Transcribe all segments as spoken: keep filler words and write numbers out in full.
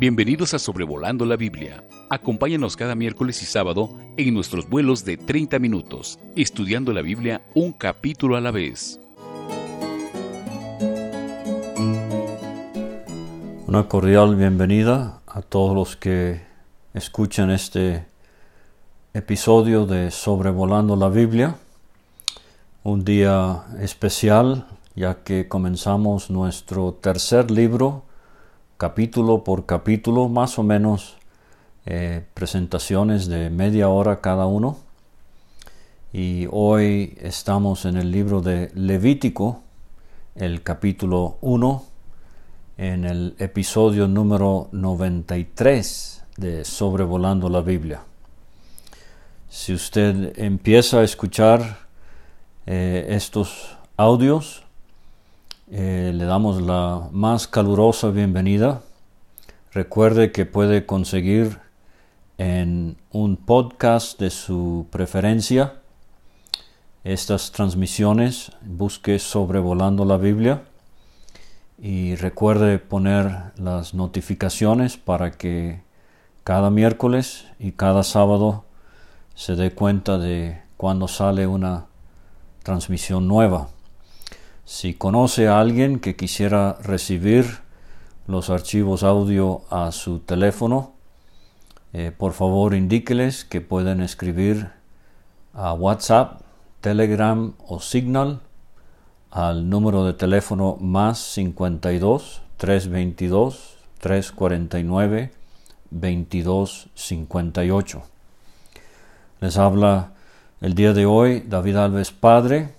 Bienvenidos a Sobrevolando la Biblia. Acompáñanos cada miércoles y sábado en nuestros vuelos de treinta minutos, estudiando la Biblia un capítulo a la vez. Una cordial bienvenida a todos los que escuchan este episodio de Sobrevolando la Biblia. Un día especial, ya que comenzamos nuestro tercer libro, capítulo por capítulo, más o menos eh, presentaciones de media hora cada uno. Y hoy estamos en el libro de Levítico, el capítulo uno, en el episodio número noventa y tres de Sobrevolando la Biblia. Si usted empieza a escuchar eh, estos audios, Eh, le damos la más calurosa bienvenida. Recuerde que puede conseguir en un podcast de su preferencia estas transmisiones. Busque Sobrevolando la Biblia y recuerde poner las notificaciones para que cada miércoles y cada sábado se dé cuenta de cuando sale una transmisión nueva. Si conoce a alguien que quisiera recibir los archivos audio a su teléfono, eh, por favor indíqueles que pueden escribir a WhatsApp, Telegram o Signal al número de teléfono más cincuenta y dos, trescientos veintidós, trescientos cuarenta y nueve, veintidós cincuenta y ocho. Les habla el día de hoy David Alves Padre,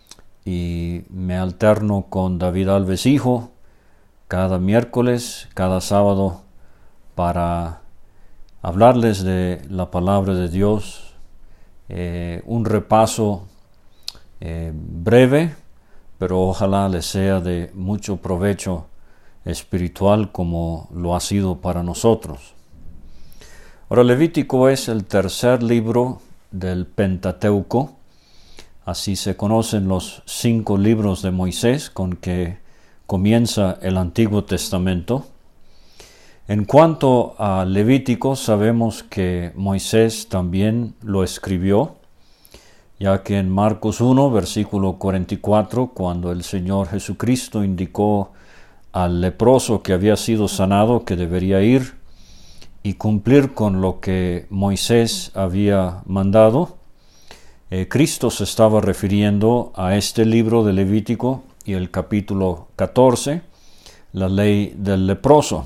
y me alterno con David Alves Hijo cada miércoles, cada sábado, para hablarles de la palabra de Dios, eh, un repaso eh, breve, pero ojalá les sea de mucho provecho espiritual como lo ha sido para nosotros. Ahora, Levítico es el tercer libro del Pentateuco. Así se conocen los cinco libros de Moisés con que comienza el Antiguo Testamento. En cuanto a Levítico, sabemos que Moisés también lo escribió, ya que en Marcos uno, versículo cuarenta y cuatro, cuando el Señor Jesucristo indicó al leproso que había sido sanado que debería ir y cumplir con lo que Moisés había mandado, Eh, Cristo se estaba refiriendo a este libro de Levítico y el capítulo catorce, la ley del leproso.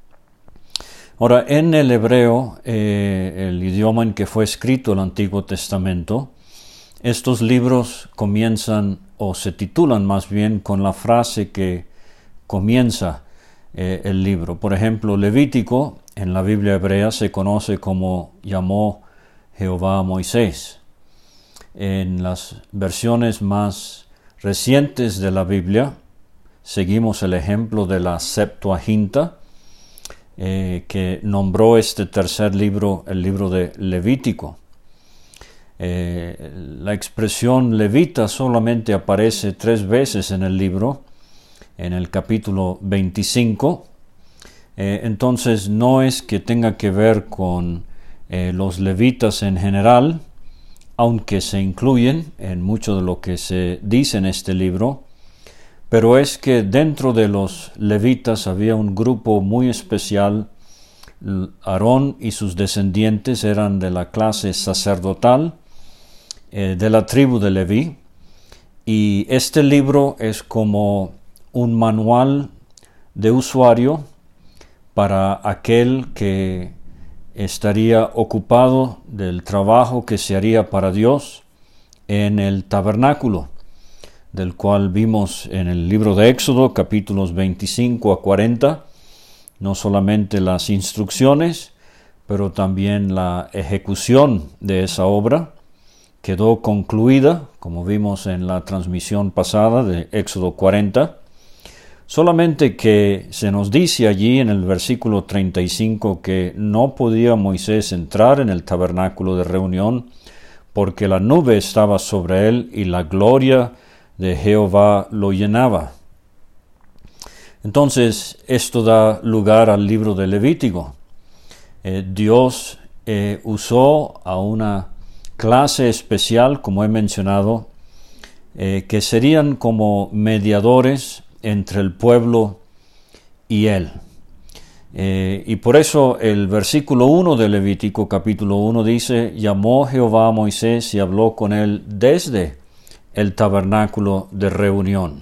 Ahora, en el hebreo, eh, el idioma en que fue escrito el Antiguo Testamento, estos libros comienzan o se titulan más bien con la frase que comienza eh, el libro. Por ejemplo, Levítico en la Biblia hebrea se conoce como llamó Jehová a Moisés. En las versiones más recientes de la Biblia seguimos el ejemplo de la Septuaginta, eh, que nombró este tercer libro el libro de Levítico. Eh, la expresión levita solamente aparece tres veces en el libro, en el capítulo veinticinco. Eh, entonces no es que tenga que ver con eh, los levitas en general, aunque se incluyen en mucho de lo que se dice en este libro, pero es que dentro de los levitas había un grupo muy especial. Aarón y sus descendientes eran de la clase sacerdotal, eh, de la tribu de Leví, y este libro es como un manual de usuario para aquel que estaría ocupado del trabajo que se haría para Dios en el tabernáculo, del cual vimos en el libro de Éxodo, capítulos veinticinco a cuarenta, no solamente las instrucciones, pero también la ejecución de esa obra quedó concluida, como vimos en la transmisión pasada de Éxodo cuarenta. Solamente que se nos dice allí en el versículo treinta y cinco que no podía Moisés entrar en el tabernáculo de reunión porque la nube estaba sobre él y la gloria de Jehová lo llenaba. Entonces, esto da lugar al libro de Levítico. Eh, Dios eh, usó a una clase especial, como he mencionado, eh, que serían como mediadores entre el pueblo y Él. Eh, y por eso el versículo uno de Levítico, capítulo uno, dice: llamó Jehová a Moisés y habló con él desde el tabernáculo de reunión.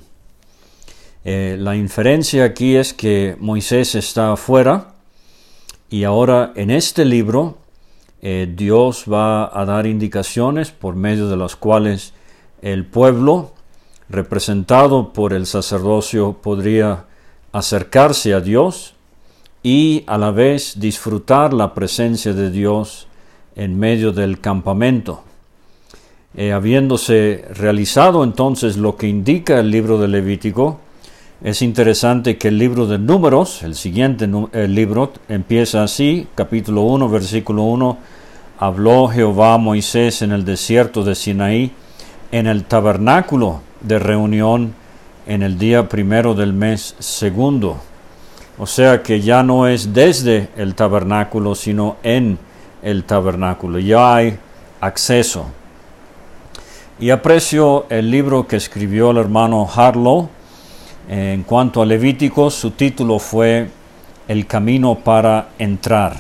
Eh, la inferencia aquí es que Moisés está afuera, y ahora en este libro eh, Dios va a dar indicaciones por medio de las cuales el pueblo, representado por el sacerdocio, podría acercarse a Dios y a la vez disfrutar la presencia de Dios en medio del campamento. Eh, habiéndose realizado entonces lo que indica el libro de Levítico, es interesante que el libro de Números, el siguiente el libro, empieza así, capítulo uno, versículo uno: habló Jehová a Moisés en el desierto de Sinaí, en el tabernáculo de reunión, en el día primero del mes segundo. O sea que ya no es desde el tabernáculo, sino en el tabernáculo. Ya hay acceso. Y aprecio el libro que escribió el hermano Harlow. En cuanto a Levítico, su título fue El camino para entrar.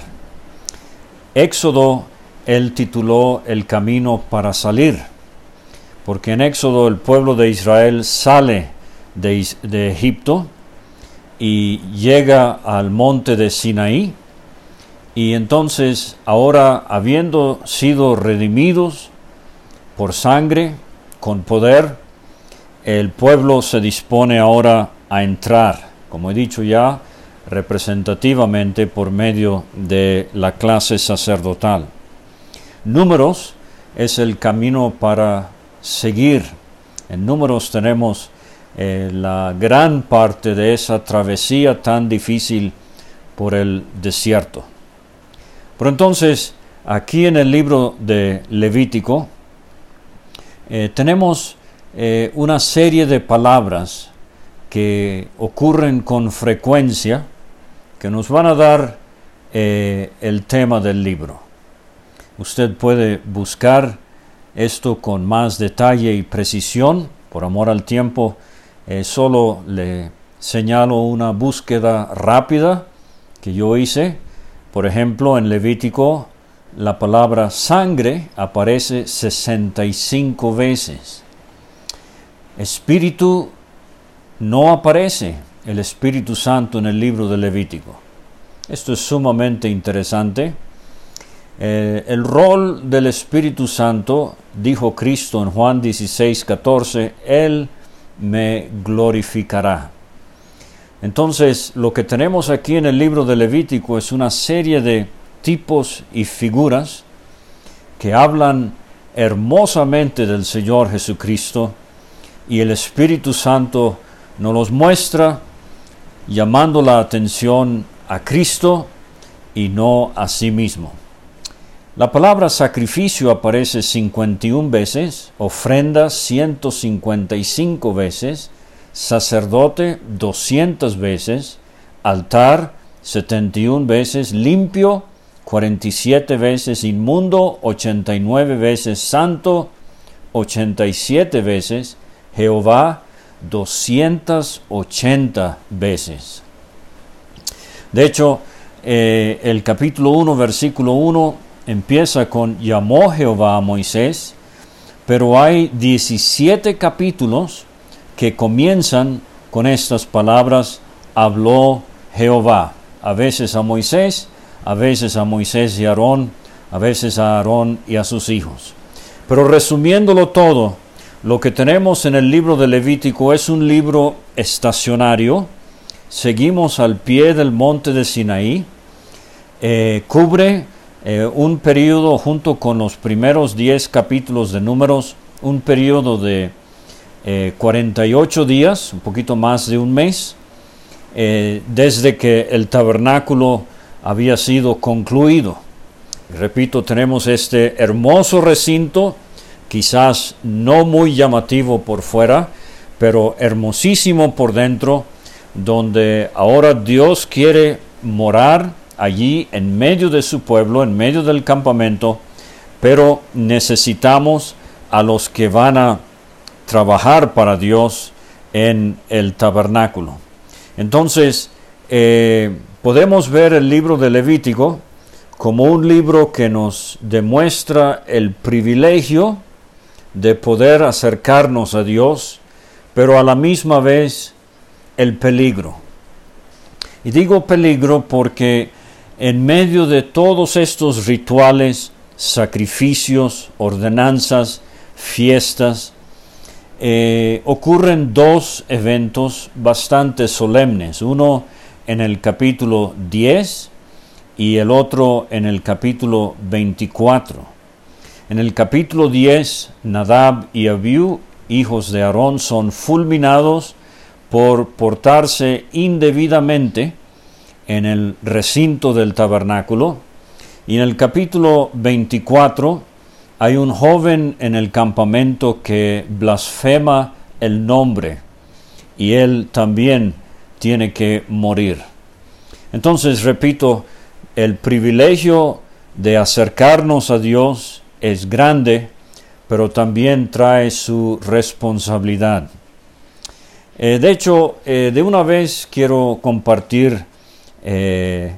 Éxodo, él tituló El camino para salir, porque en Éxodo el pueblo de Israel sale de, de Egipto y llega al monte de Sinaí, y entonces ahora, habiendo sido redimidos por sangre, con poder, el pueblo se dispone ahora a entrar, como he dicho ya, representativamente por medio de la clase sacerdotal. Números es el camino para seguir. En Números tenemos eh, la gran parte de esa travesía tan difícil por el desierto. Pero entonces, aquí en el libro de Levítico, eh, tenemos Eh, una serie de palabras que ocurren con frecuencia, que nos van a dar eh, el tema del libro. Usted puede buscar esto con más detalle y precisión. Por amor al tiempo, eh, solo le señalo una búsqueda rápida que yo hice. Por ejemplo, en Levítico la palabra sangre aparece sesenta y cinco veces. Espíritu no aparece el Espíritu Santo en el libro de Levítico. Esto es sumamente interesante. Eh, el rol del Espíritu Santo, dijo Cristo en Juan dieciséis, catorce, Él me glorificará. Entonces, lo que tenemos aquí en el libro de Levítico es una serie de tipos y figuras que hablan hermosamente del Señor Jesucristo, y el Espíritu Santo nos los muestra llamando la atención a Cristo y no a sí mismo. La palabra sacrificio aparece cincuenta y una veces, ofrenda ciento cincuenta y cinco veces, sacerdote doscientas veces, altar setenta y una veces, limpio cuarenta y siete veces, inmundo ochenta y nueve veces, santo ochenta y siete veces, Jehová doscientas ochenta veces. De hecho, eh, el capítulo uno, versículo uno, empieza con llamó Jehová a Moisés, pero hay diecisiete capítulos que comienzan con estas palabras: habló Jehová. A veces a Moisés, a veces a Moisés y Aarón, a veces a Aarón y a sus hijos. Pero resumiéndolo todo, lo que tenemos en el libro de Levítico es un libro estacionario. Seguimos al pie del monte de Sinaí. Eh, cubre eh, un periodo, junto con los primeros diez capítulos de Números, un periodo de eh, cuarenta y ocho días, un poquito más de un mes, eh, desde que el tabernáculo había sido concluido. Y repito, tenemos este hermoso recinto, quizás no muy llamativo por fuera, pero hermosísimo por dentro, donde ahora Dios quiere morar allí en medio de su pueblo, en medio del campamento, pero necesitamos a los que van a trabajar para Dios en el tabernáculo. Entonces, eh, podemos ver el libro de Levítico como un libro que nos demuestra el privilegio de poder acercarnos a Dios, pero a la misma vez el peligro. Y digo peligro porque en medio de todos estos rituales, sacrificios, ordenanzas, fiestas, eh, ocurren dos eventos bastante solemnes, uno en el capítulo diez y el otro en el capítulo veinticuatro. En el capítulo diez, Nadab y Abiú, hijos de Aarón, son fulminados por portarse indebidamente en el recinto del tabernáculo. Y en el capítulo veinticuatro hay un joven en el campamento que blasfema el nombre y él también tiene que morir. Entonces, repito, el privilegio de acercarnos a Dios es grande, pero también trae su responsabilidad. Eh, de hecho, eh, de una vez quiero compartir eh,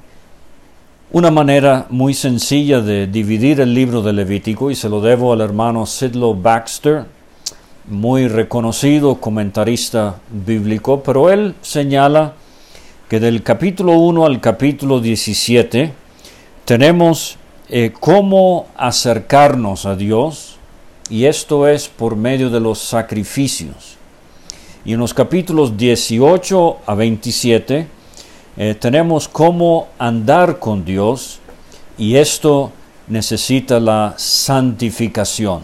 una manera muy sencilla de dividir el libro de Levítico, y se lo debo al hermano Sidlow Baxter, muy reconocido comentarista bíblico, pero él señala que del capítulo uno al capítulo diecisiete tenemos eh, cómo acercarnos a Dios, y esto es por medio de los sacrificios. Y en los capítulos dieciocho a veintisiete eh, tenemos cómo andar con Dios, y esto necesita la santificación.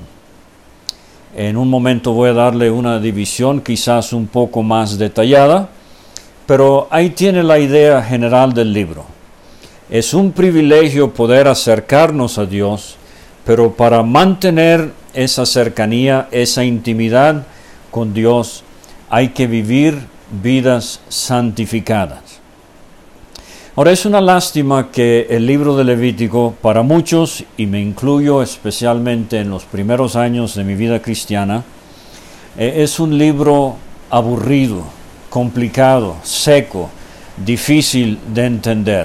En un momento voy a darle una división quizás un poco más detallada, pero ahí tiene la idea general del libro. Es un privilegio poder acercarnos a Dios, pero para mantener esa cercanía, esa intimidad con Dios, hay que vivir vidas santificadas. Ahora, es una lástima que el libro de Levítico, para muchos, y me incluyo especialmente en los primeros años de mi vida cristiana, eh, es un libro aburrido, complicado, seco, difícil de entender.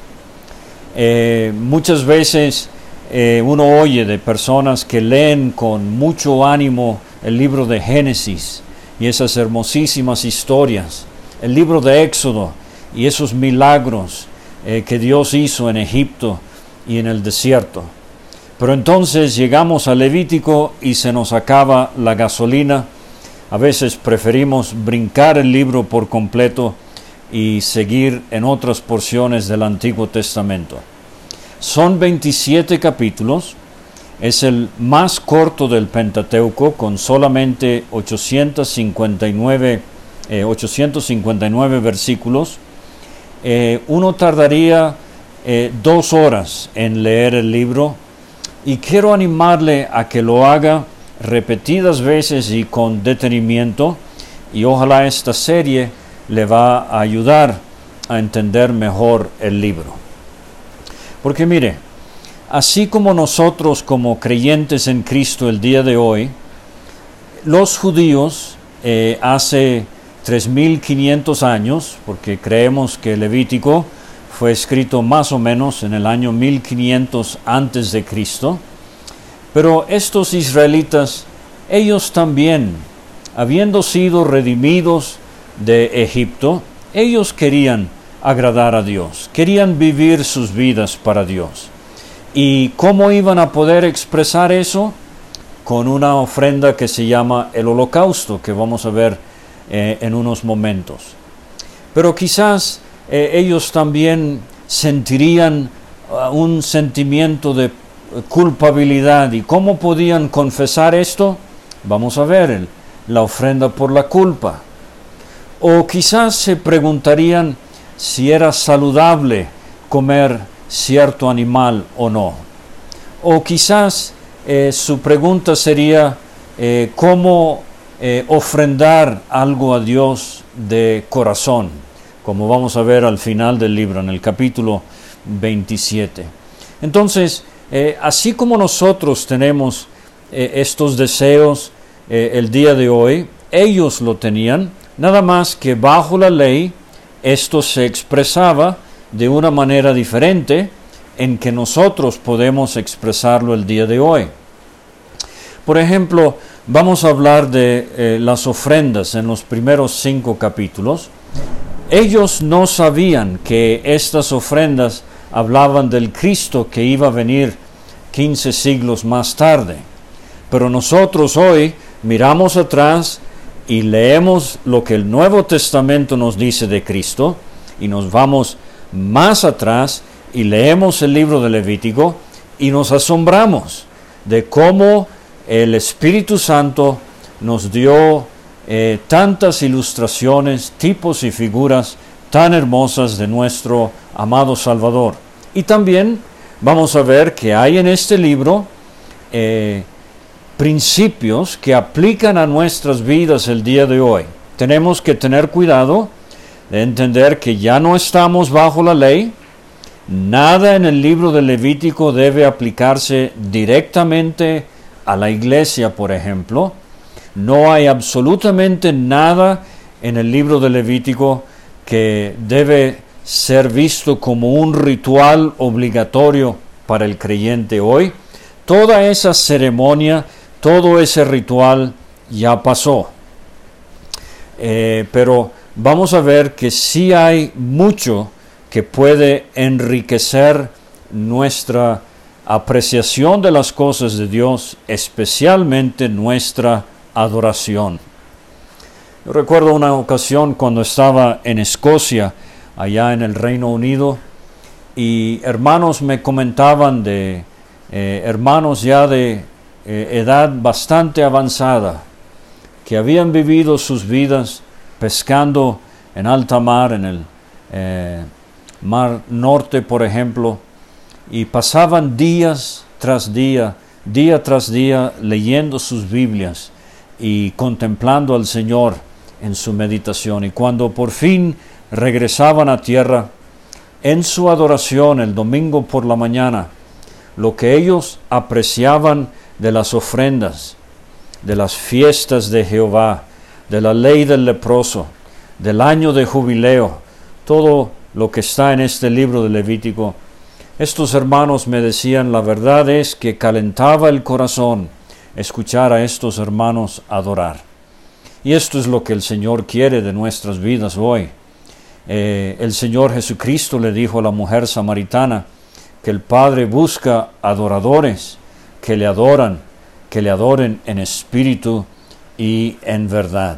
Eh, muchas veces eh, uno oye de personas que leen con mucho ánimo el libro de Génesis y esas hermosísimas historias, el libro de Éxodo y esos milagros eh, que Dios hizo en Egipto y en el desierto. Pero entonces llegamos a Levítico y se nos acaba la gasolina. A veces preferimos brincar el libro por completo y seguir en otras porciones del Antiguo Testamento. Son veintisiete capítulos, es el más corto del Pentateuco, con solamente ochocientos cincuenta y nueve, eh, ochocientos cincuenta y nueve versículos. Eh, uno tardaría eh, dos horas en leer el libro, y quiero animarle a que lo haga repetidas veces y con detenimiento, y ojalá esta serie le va a ayudar a entender mejor el libro. Porque mire, así como nosotros como creyentes en Cristo el día de hoy, los judíos eh, hace tres mil quinientos años, porque creemos que Levítico fue escrito más o menos en el año mil quinientos antes de Cristo, pero estos israelitas, ellos también, habiendo sido redimidos de Egipto, ellos querían agradar a Dios, querían vivir sus vidas para Dios. ¿Y cómo iban a poder expresar eso? Con una ofrenda que se llama el holocausto, que vamos a ver eh, en unos momentos. Pero quizás eh, ellos también sentirían uh, un sentimiento de culpabilidad. ¿Y cómo podían confesar esto? Vamos a ver el, la ofrenda por la culpa. O quizás se preguntarían si era saludable comer cierto animal o no. O quizás eh, su pregunta sería eh, cómo eh, ofrendar algo a Dios de corazón. como vamos a ver al final del libro, en el capítulo veintisiete. Entonces, eh, así como nosotros tenemos eh, estos deseos eh, el día de hoy, ellos lo tenían, nada más que bajo la ley, esto se expresaba de una manera diferente en que nosotros podemos expresarlo el día de hoy. Por ejemplo, vamos a hablar de eh, las ofrendas en los primeros cinco capítulos. Ellos no sabían que estas ofrendas hablaban del Cristo que iba a venir quince siglos más tarde. Pero nosotros hoy miramos atrás y leemos lo que el Nuevo Testamento nos dice de Cristo, y nos vamos más atrás y leemos el libro de Levítico y nos asombramos de cómo el Espíritu Santo nos dio eh, tantas ilustraciones, tipos y figuras tan hermosas de nuestro amado Salvador. Y también vamos a ver que hay en este libro eh, principios que aplican a nuestras vidas el día de hoy. Tenemos que tener cuidado de entender que ya no estamos bajo la ley. Nada en el libro de Levítico debe aplicarse directamente a la iglesia, por ejemplo. No hay absolutamente nada en el libro de Levítico que debe ser visto como un ritual obligatorio para el creyente hoy. Toda esa ceremonia, todo ese ritual ya pasó. Eh, pero vamos a ver que sí hay mucho que puede enriquecer nuestra apreciación de las cosas de Dios, especialmente nuestra adoración. Yo recuerdo una ocasión cuando estaba en Escocia, allá en el Reino Unido, y hermanos me comentaban de eh, hermanos ya de eh, edad bastante avanzada, que habían vivido sus vidas pescando en alta mar, en el eh, Mar Norte, por ejemplo, y pasaban días tras día, día tras día, leyendo sus Biblias y contemplando al Señor en su meditación. Y cuando por fin regresaban a tierra, en su adoración el domingo por la mañana, lo que ellos apreciaban de las ofrendas, de las fiestas de Jehová, de la ley del leproso, del año de jubileo, todo lo que está en este libro de Levítico, estos hermanos me decían, la verdad es que calentaba el corazón escuchar a estos hermanos adorar. Y esto es lo que el Señor quiere de nuestras vidas hoy. Eh, el Señor Jesucristo le dijo a la mujer samaritana que el Padre busca adoradores que le adoran, que le adoren en espíritu y en verdad.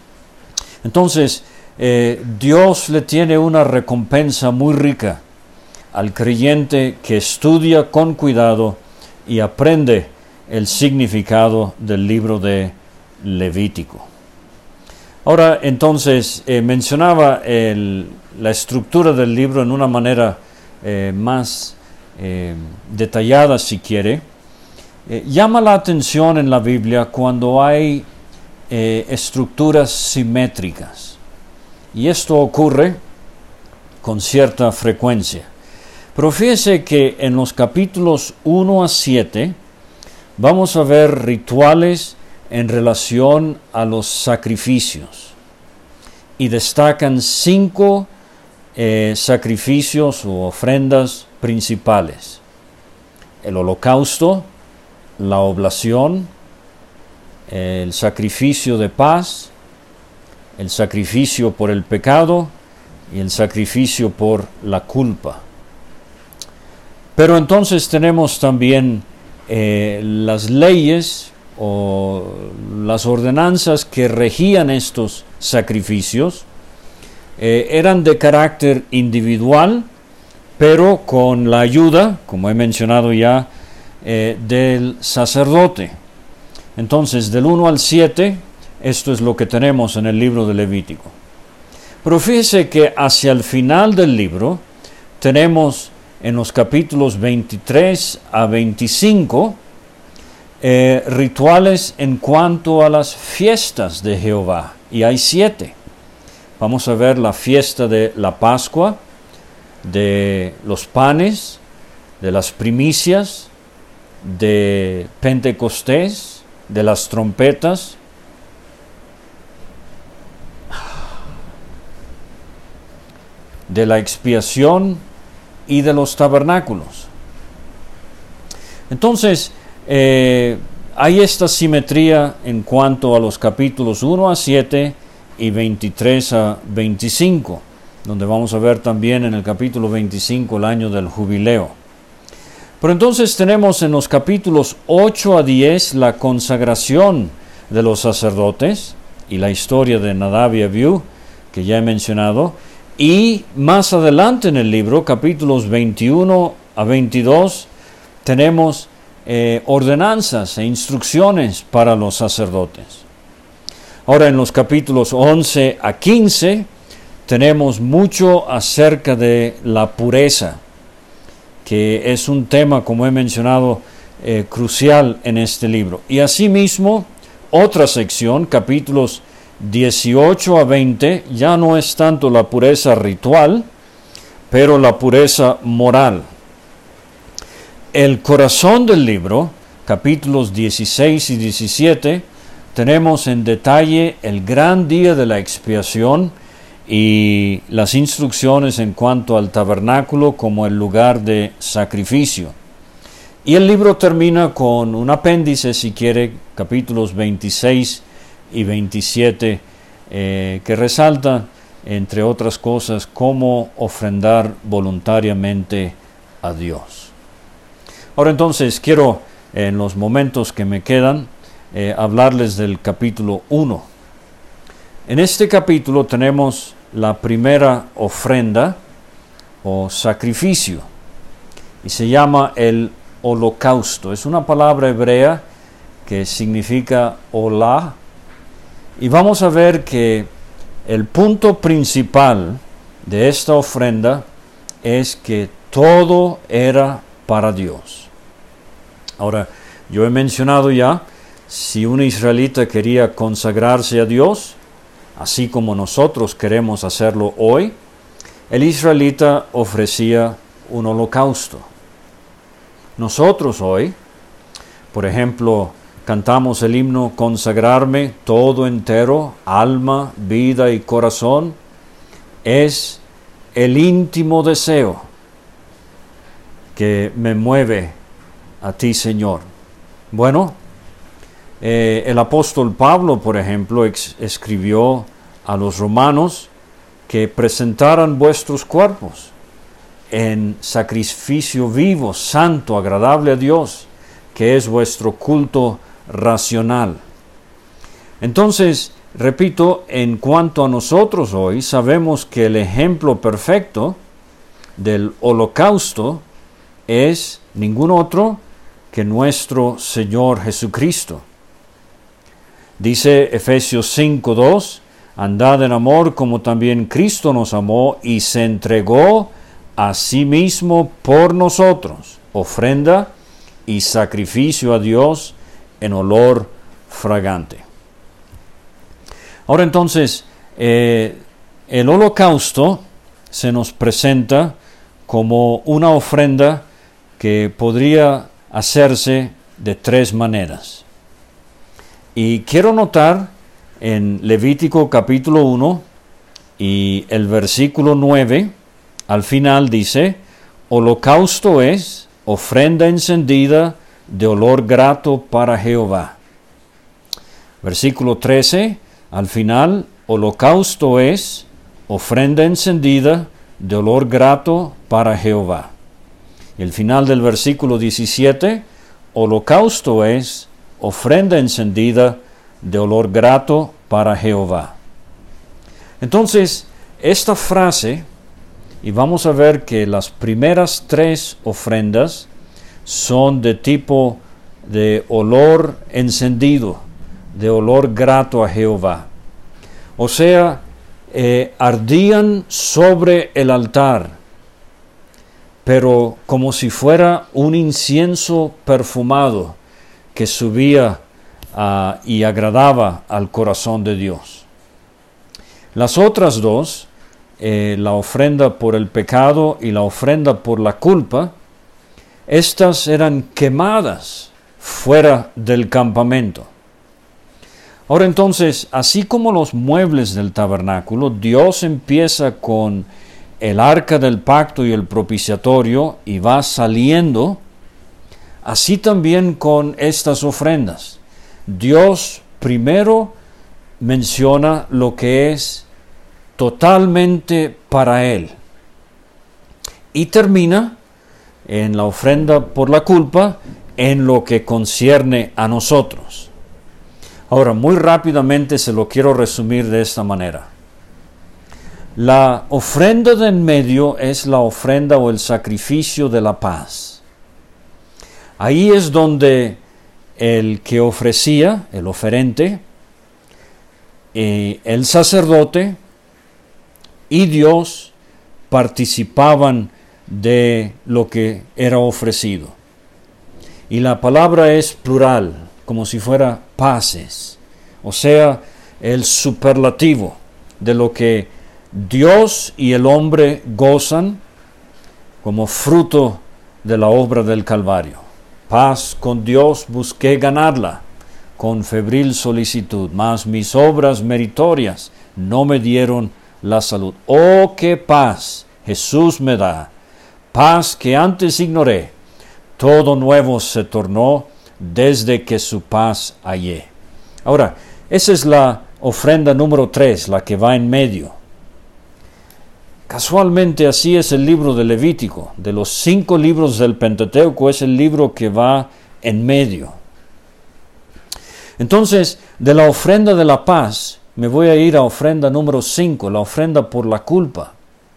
Entonces, eh, Dios le tiene una recompensa muy rica al creyente que estudia con cuidado y aprende el significado del libro de Levítico. Ahora, entonces, eh, mencionaba el, la estructura del libro en una manera eh, más eh, detallada, si quiere. Eh, llama la atención en la Biblia cuando hay eh, estructuras simétricas. Y esto ocurre con cierta frecuencia. Pero fíjese que en los capítulos uno a siete vamos a ver rituales en relación a los sacrificios. Y destacan cinco eh, sacrificios o ofrendas principales: el holocausto, la oblación, el sacrificio de paz, el sacrificio por el pecado y el sacrificio por la culpa. Pero entonces tenemos también eh, las leyes o las ordenanzas que regían estos sacrificios. Eh, eran de carácter individual, pero con la ayuda, como he mencionado ya, eh, del sacerdote. Entonces, del uno al siete, esto es lo que tenemos en el libro de Levítico. Pero fíjese que hacia el final del libro tenemos en los capítulos veintitrés a veinticinco eh, rituales en cuanto a las fiestas de Jehová, y hay siete. Vamos a ver la fiesta de la Pascua, de los panes, de las primicias, de Pentecostés, de las trompetas. De la expiación y de los tabernáculos. Entonces, eh, hay esta simetría en cuanto a los capítulos uno a siete y veintitrés a veinticinco, donde vamos a ver también en el capítulo veinticinco el año del jubileo. Pero entonces tenemos en los capítulos ocho a diez la consagración de los sacerdotes y la historia de Nadab y Abiú, que ya he mencionado. Y más adelante en el libro, capítulos veintiuno a veintidós, tenemos eh, ordenanzas e instrucciones para los sacerdotes. Ahora en los capítulos once a quince tenemos mucho acerca de la pureza, que es un tema, como he mencionado, eh, crucial en este libro. Y asimismo, otra sección, capítulos dieciocho a veinte, ya no es tanto la pureza ritual, pero la pureza moral. El corazón del libro, capítulos dieciséis y diecisiete, tenemos en detalle el gran día de la expiación y las instrucciones en cuanto al tabernáculo como el lugar de sacrificio. Y el libro termina con un apéndice, si quiere, capítulos veintiséis y veintisiete, eh, que resalta, entre otras cosas, cómo ofrendar voluntariamente a Dios. Ahora entonces quiero, en los momentos que me quedan, eh, hablarles del capítulo uno. En este capítulo tenemos la primera ofrenda o sacrificio y se llama el holocausto. Es una palabra hebrea que significa hola. Y vamos a ver que el punto principal de esta ofrenda es que todo era para Dios. Ahora, yo he mencionado ya, si un israelita quería consagrarse a Dios, así como nosotros queremos hacerlo hoy, el israelita ofrecía un holocausto. Nosotros hoy, por ejemplo, cantamos el himno Consagrarme todo entero, alma, vida y corazón. Es el íntimo deseo que me mueve a ti, Señor. Bueno, eh, el apóstol Pablo, por ejemplo, ex- escribió a los romanos que presentaran vuestros cuerpos en sacrificio vivo, santo, agradable a Dios, que es vuestro culto racional. Entonces, repito, en cuanto a nosotros hoy, sabemos que el ejemplo perfecto del holocausto es ningún otro que nuestro Señor Jesucristo. Dice Efesios cinco dos, andad en amor como también Cristo nos amó y se entregó a sí mismo por nosotros, ofrenda y sacrificio a Dios en olor fragante. Ahora entonces, eh, el holocausto se nos presenta como una ofrenda que podría hacerse de tres maneras. Y quiero notar en Levítico capítulo uno y el versículo nueve, al final dice, holocausto es ofrenda encendida de olor grato para Jehová. Versículo trece, al final, holocausto es ofrenda encendida de olor grato para Jehová. Y el final del versículo diecisiete, holocausto es ofrenda encendida de olor grato para Jehová. Entonces, esta frase, y vamos a ver que las primeras tres ofrendas son de tipo de olor encendido, de olor grato a Jehová. O sea, eh, ardían sobre el altar, pero como si fuera un incienso perfumado que subía uh, y agradaba al corazón de Dios. Las otras dos, eh, la ofrenda por el pecado y la ofrenda por la culpa, estas eran quemadas fuera del campamento. Ahora entonces, así como los muebles del tabernáculo, Dios empieza con el arca del pacto y el propiciatorio y va saliendo, así también con estas ofrendas. Dios primero menciona lo que es totalmente para Él y termina en la ofrenda por la culpa en lo que concierne a nosotros. Ahora, muy rápidamente se lo quiero resumir de esta manera. La ofrenda de en medio es la ofrenda o el sacrificio de la paz. Ahí es donde el que ofrecía, el oferente, eh, el sacerdote y Dios participaban de lo que era ofrecido. Y la palabra es plural, como si fuera paces, o sea, el superlativo de lo que Dios y el hombre gozan como fruto de la obra del Calvario. Paz con Dios busqué ganarla con febril solicitud, mas mis obras meritorias no me dieron la salud. Oh, qué paz Jesús me da, paz que antes ignoré, todo nuevo se tornó desde que su paz hallé. Ahora, esa es la ofrenda número tres, la que va en medio. Casualmente así es el libro de Levítico. De los cinco libros del Pentateuco es el libro que va en medio. Entonces, de la ofrenda de la paz, me voy a ir a ofrenda número cinco, la ofrenda por la culpa.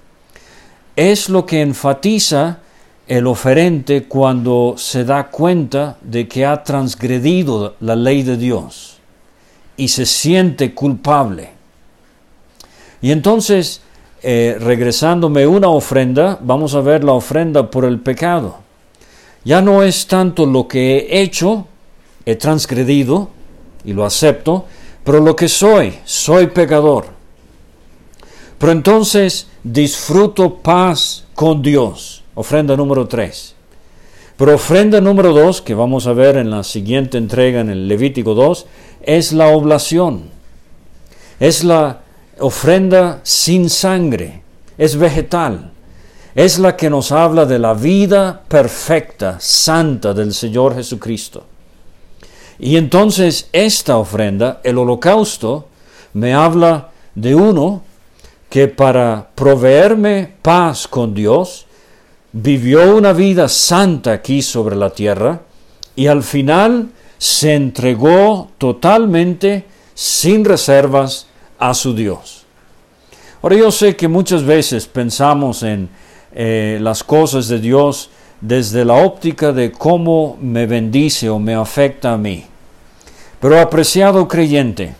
Es lo que enfatiza el oferente cuando se da cuenta de que ha transgredido la ley de Dios y se siente culpable. Y entonces, eh, regresándome una ofrenda, vamos a ver la ofrenda por el pecado. Ya no es tanto lo que he hecho, he transgredido y lo acepto, pero lo que soy, soy pecador. Pero entonces disfruto paz con Dios. Ofrenda número tres. Pero ofrenda número dos, que vamos a ver en la siguiente entrega en el Levítico dos, es la oblación. Es la ofrenda sin sangre, es vegetal. Es la que nos habla de la vida perfecta, santa del Señor Jesucristo. Y entonces esta ofrenda, el holocausto, me habla de uno que para proveerme paz con Dios, vivió una vida santa aquí sobre la tierra y al final se entregó totalmente, sin reservas, a su Dios. Ahora yo sé que muchas veces pensamos en eh, las cosas de Dios desde la óptica de cómo me bendice o me afecta a mí. Pero apreciado creyente,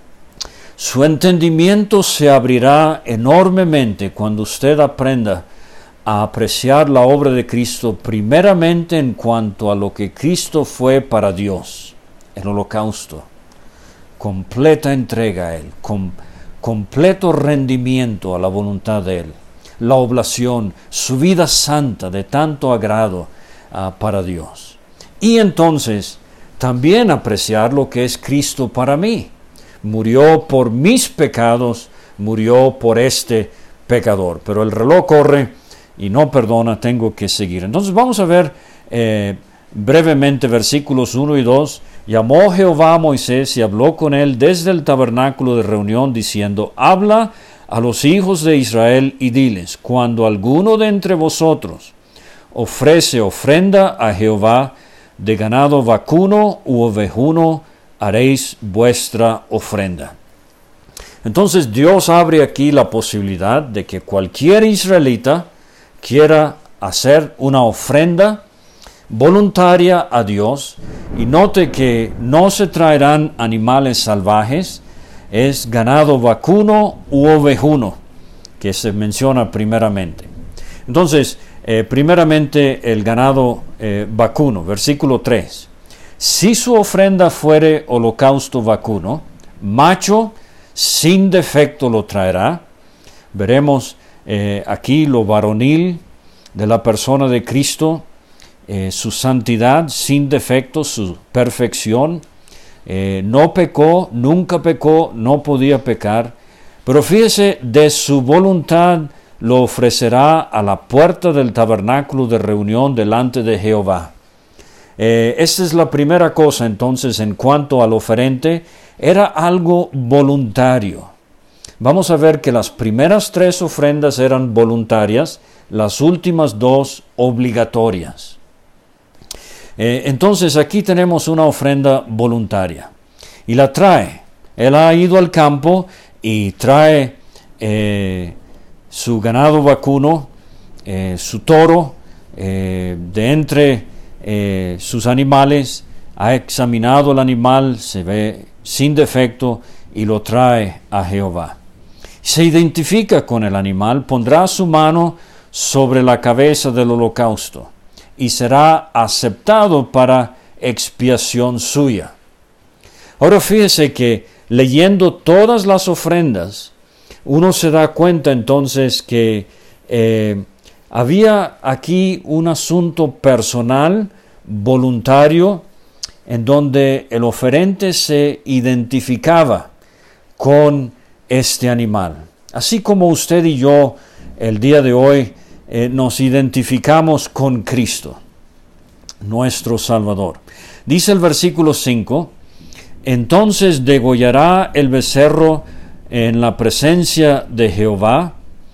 su entendimiento se abrirá enormemente cuando usted aprenda a apreciar la obra de Cristo primeramente en cuanto a lo que Cristo fue para Dios, el holocausto, completa entrega a Él, com, completo rendimiento a la voluntad de Él, la oblación, su vida santa de tanto agrado uh, para Dios. Y entonces también apreciar lo que es Cristo para mí. Murió por mis pecados, murió por este pecador. Pero el reloj corre y no perdona, tengo que seguir. Entonces vamos a ver eh, brevemente versículos uno y dos. Llamó Jehová a Moisés y habló con él desde el tabernáculo de reunión, diciendo: habla a los hijos de Israel y diles: cuando alguno de entre vosotros ofrece ofrenda a Jehová de ganado vacuno u ovejuno, haréis vuestra ofrenda. Entonces Dios abre aquí la posibilidad de que cualquier israelita quiera hacer una ofrenda voluntaria a Dios, y note que no se traerán animales salvajes, es ganado vacuno u ovejuno que se menciona primeramente. Entonces, eh, primeramente el ganado eh, vacuno, versículo tres. Si su ofrenda fuere holocausto vacuno, macho sin defecto lo traerá. Veremos eh, aquí lo varonil de la persona de Cristo, eh, su santidad sin defecto, su perfección. Eh, no pecó, nunca pecó, no podía pecar. Pero fíjese, de su voluntad lo ofrecerá a la puerta del tabernáculo de reunión delante de Jehová. Eh, esta es la primera cosa entonces en cuanto al oferente, era algo voluntario. Vamos a ver que las primeras tres ofrendas eran voluntarias, las últimas dos obligatorias. Eh, entonces aquí tenemos una ofrenda voluntaria y la trae. Él ha ido al campo y trae eh, su ganado vacuno, eh, su toro, eh, de entre eh, sus animales, ha examinado el animal, se ve sin defecto y lo trae a Jehová. Se identifica con el animal, pondrá su mano sobre la cabeza del holocausto y será aceptado para expiación suya. Ahora fíjese que leyendo todas las ofrendas, uno se da cuenta entonces que eh, había aquí un asunto personal, voluntario, en donde el oferente se identificaba con este animal. Así como usted y yo el día de hoy eh, nos identificamos con Cristo, nuestro Salvador. Dice el versículo cinco, entonces degollará el becerro en la presencia de Jehová,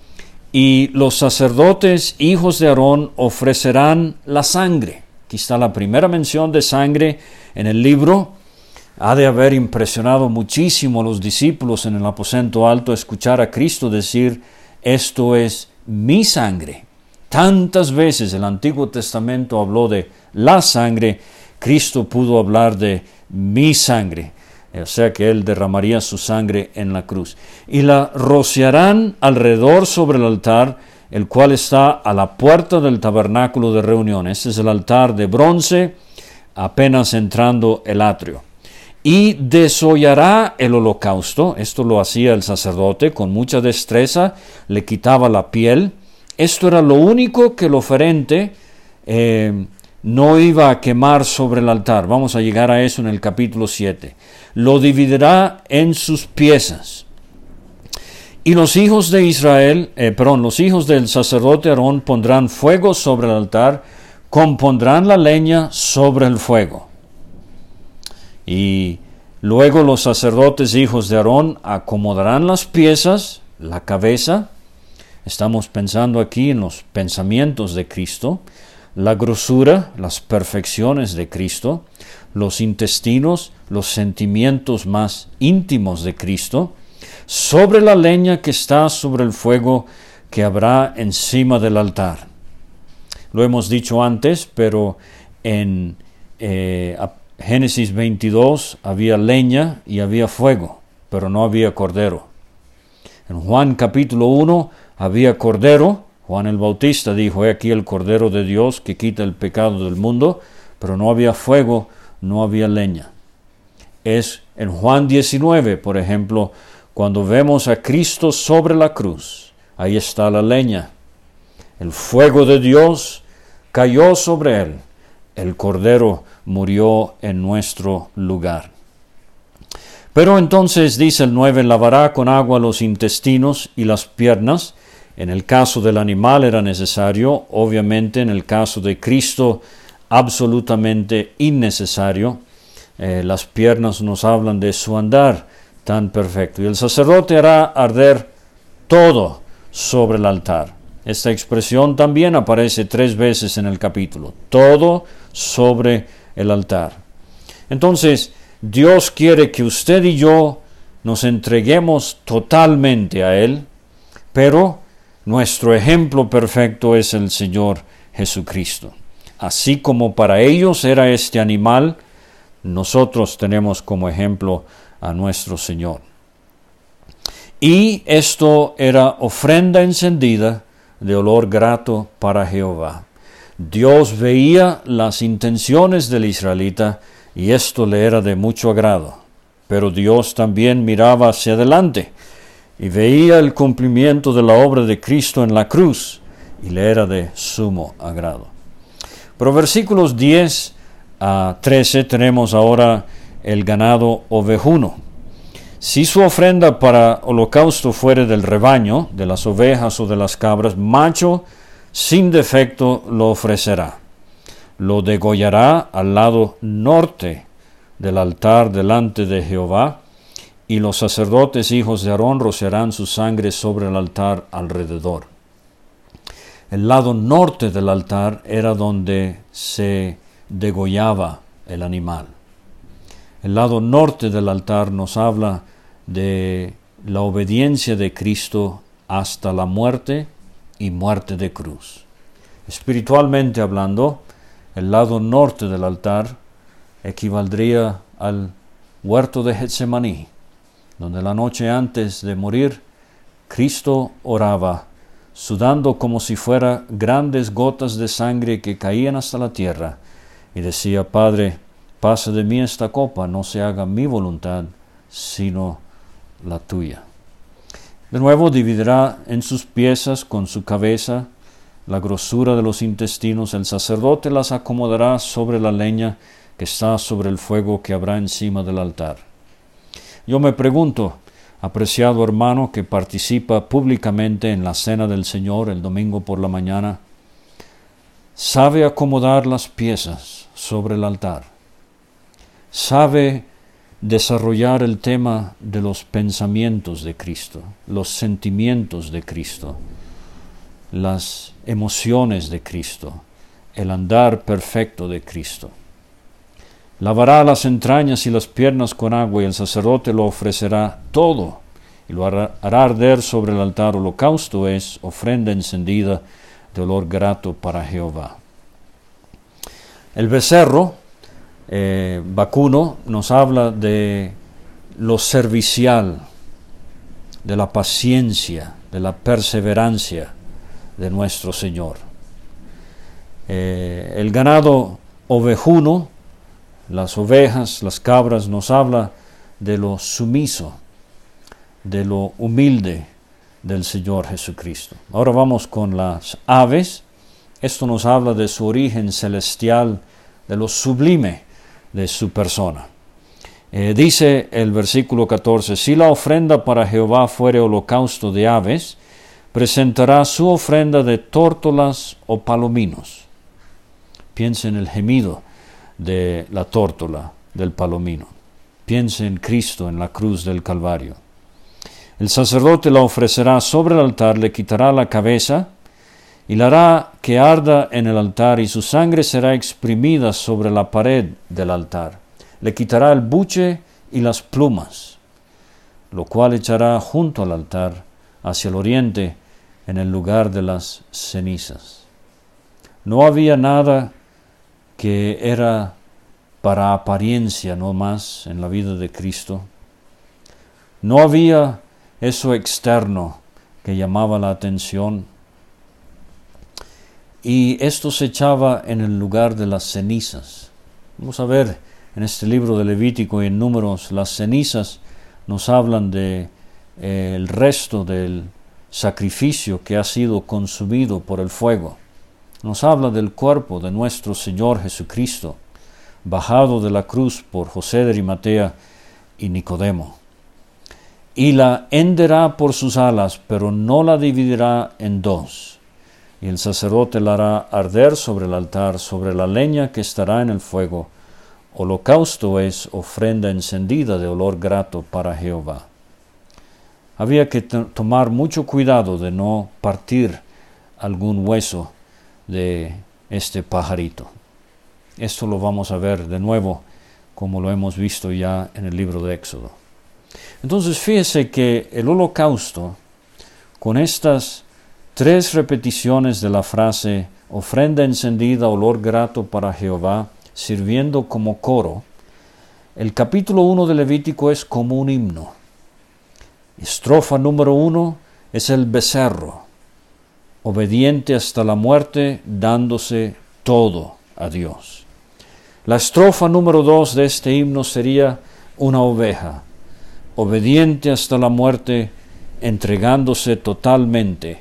y los sacerdotes, hijos de Aarón, ofrecerán la sangre. Aquí está la primera mención de sangre en el libro. Ha de haber impresionado muchísimo a los discípulos en el aposento alto escuchar a Cristo decir, esto es mi sangre. Tantas veces el Antiguo Testamento habló de la sangre, Cristo pudo hablar de mi sangre. O sea que Él derramaría su sangre en la cruz. Y la rociarán alrededor sobre el altar, el cual está a la puerta del tabernáculo de reunión. Este es el altar de bronce, apenas entrando el atrio. Y desollará el holocausto. Esto lo hacía el sacerdote con mucha destreza, le quitaba la piel. Esto era lo único que el oferente eh, no iba a quemar sobre el altar. Vamos a llegar a eso en el capítulo siete. Lo dividirá en sus piezas. Y los hijos de Israel, eh, perdón, los hijos del sacerdote Aarón pondrán fuego sobre el altar, compondrán la leña sobre el fuego. Y luego los sacerdotes hijos de Aarón acomodarán las piezas, la cabeza. Estamos pensando aquí en los pensamientos de Cristo, la grosura, las perfecciones de Cristo, los intestinos, los sentimientos más íntimos de Cristo, sobre la leña que está sobre el fuego que habrá encima del altar. Lo hemos dicho antes, pero en eh, Génesis veintidós había leña y había fuego, pero no había cordero. En Juan capítulo uno había cordero. Juan el Bautista dijo, he aquí el Cordero de Dios que quita el pecado del mundo, pero no había fuego, no había leña. Es en Juan diecinueve, por ejemplo, cuando vemos a Cristo sobre la cruz, ahí está la leña. El fuego de Dios cayó sobre él. El Cordero murió en nuestro lugar. Pero entonces, dice el nueve, lavará con agua los intestinos y las piernas. En el caso del animal era necesario, obviamente en el caso de Cristo absolutamente innecesario. Eh, las piernas nos hablan de su andar tan perfecto. Y el sacerdote hará arder todo sobre el altar. Esta expresión también aparece tres veces en el capítulo. Todo sobre el altar. Entonces, Dios quiere que usted y yo nos entreguemos totalmente a Él, pero nuestro ejemplo perfecto es el Señor Jesucristo. Así como para ellos era este animal, nosotros tenemos como ejemplo a nuestro Señor. Y esto era ofrenda encendida de olor grato para Jehová. Dios veía las intenciones del israelita y esto le era de mucho agrado. pero Dios también miraba hacia adelante y veía el cumplimiento de la obra de Cristo en la cruz y le era de sumo agrado. Pero versículos diez a trece tenemos ahora el ganado ovejuno. Si su ofrenda para holocausto fuere del rebaño, de las ovejas o de las cabras, macho sin defecto lo ofrecerá. Lo degollará al lado norte del altar delante de Jehová, y los sacerdotes hijos de Aarón rociarán su sangre sobre el altar alrededor. El lado norte del altar era donde se degollaba el animal. El lado norte del altar nos habla de la obediencia de Cristo hasta la muerte y muerte de cruz. Espiritualmente hablando, el lado norte del altar equivaldría al huerto de Getsemaní, donde la noche antes de morir, Cristo oraba, sudando como si fuera grandes gotas de sangre que caían hasta la tierra, y decía: Padre, pasa de mí esta copa, no se haga mi voluntad, sino la tuya. De nuevo dividirá en sus piezas con su cabeza la grosura de los intestinos. El sacerdote las acomodará sobre la leña que está sobre el fuego que habrá encima del altar. Yo me pregunto, apreciado hermano que participa públicamente en la cena del Señor el domingo por la mañana, ¿sabe acomodar las piezas sobre el altar? ¿Sabe desarrollar el tema de los pensamientos de Cristo, los sentimientos de Cristo, las emociones de Cristo, el andar perfecto de Cristo? Lavará las entrañas y las piernas con agua, y el sacerdote lo ofrecerá todo, y lo hará, hará arder sobre el altar. Holocausto es ofrenda encendida de olor grato para Jehová. El becerro eh, vacuno nos habla de lo servicial, de la paciencia, de la perseverancia de nuestro Señor. Eh, el ganado ovejuno, las ovejas, las cabras, nos habla de lo sumiso, de lo humilde del Señor Jesucristo. Ahora vamos con las aves. Esto nos habla de su origen celestial, de lo sublime de su persona. Eh, dice el versículo catorce: si la ofrenda para Jehová fuere holocausto de aves, presentará su ofrenda de tórtolas o palominos. Piensa en el gemido de la tórtola, del palomino. Piense en Cristo en la cruz del Calvario. El sacerdote la ofrecerá sobre el altar, le quitará la cabeza y la hará que arda en el altar, y su sangre será exprimida sobre la pared del altar. Le quitará el buche y las plumas, lo cual echará junto al altar hacia el oriente, en el lugar de las cenizas. No había nada que era para apariencia no más en la vida de Cristo. No había eso externo que llamaba la atención, y esto se echaba en el lugar de las cenizas. Vamos a ver en este libro de Levítico y en Números, las cenizas nos hablan de eh, el resto del sacrificio que ha sido consumido por el fuego. Nos habla del cuerpo de nuestro Señor Jesucristo, bajado de la cruz por José de Arimatea y Nicodemo. Y la henderá por sus alas, pero no la dividirá en dos. Y el sacerdote la hará arder sobre el altar, sobre la leña que estará en el fuego. Holocausto es ofrenda encendida de olor grato para Jehová. Había que t- tomar mucho cuidado de no partir algún hueso de este pajarito. Esto lo vamos a ver de nuevo, como lo hemos visto ya en el libro de Éxodo. Entonces fíjese que el holocausto, con estas tres repeticiones de la frase ofrenda encendida, olor grato para Jehová, sirviendo como coro, el capítulo uno de Levítico es como un himno. Estrofa número uno es el becerro, obediente hasta la muerte, dándose todo a Dios. La estrofa número dos de este himno sería una oveja, obediente hasta la muerte, entregándose totalmente.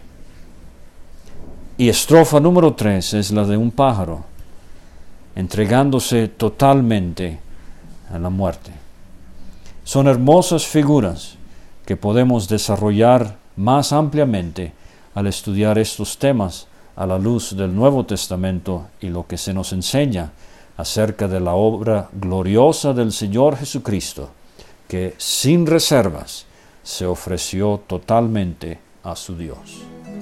Y estrofa número tres es la de un pájaro, entregándose totalmente a la muerte. Son hermosas figuras que podemos desarrollar más ampliamente al estudiar estos temas a la luz del Nuevo Testamento y lo que se nos enseña acerca de la obra gloriosa del Señor Jesucristo, que sin reservas se ofreció totalmente a su Dios.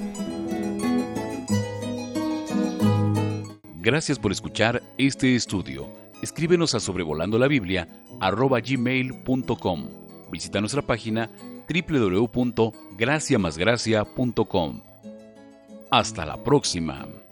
Gracias por escuchar este estudio. Escríbenos a sobrevolando la Biblia arroba gmail punto com. Visita nuestra página doble u doble u doble u punto gracia más gracia punto com. Hasta la próxima.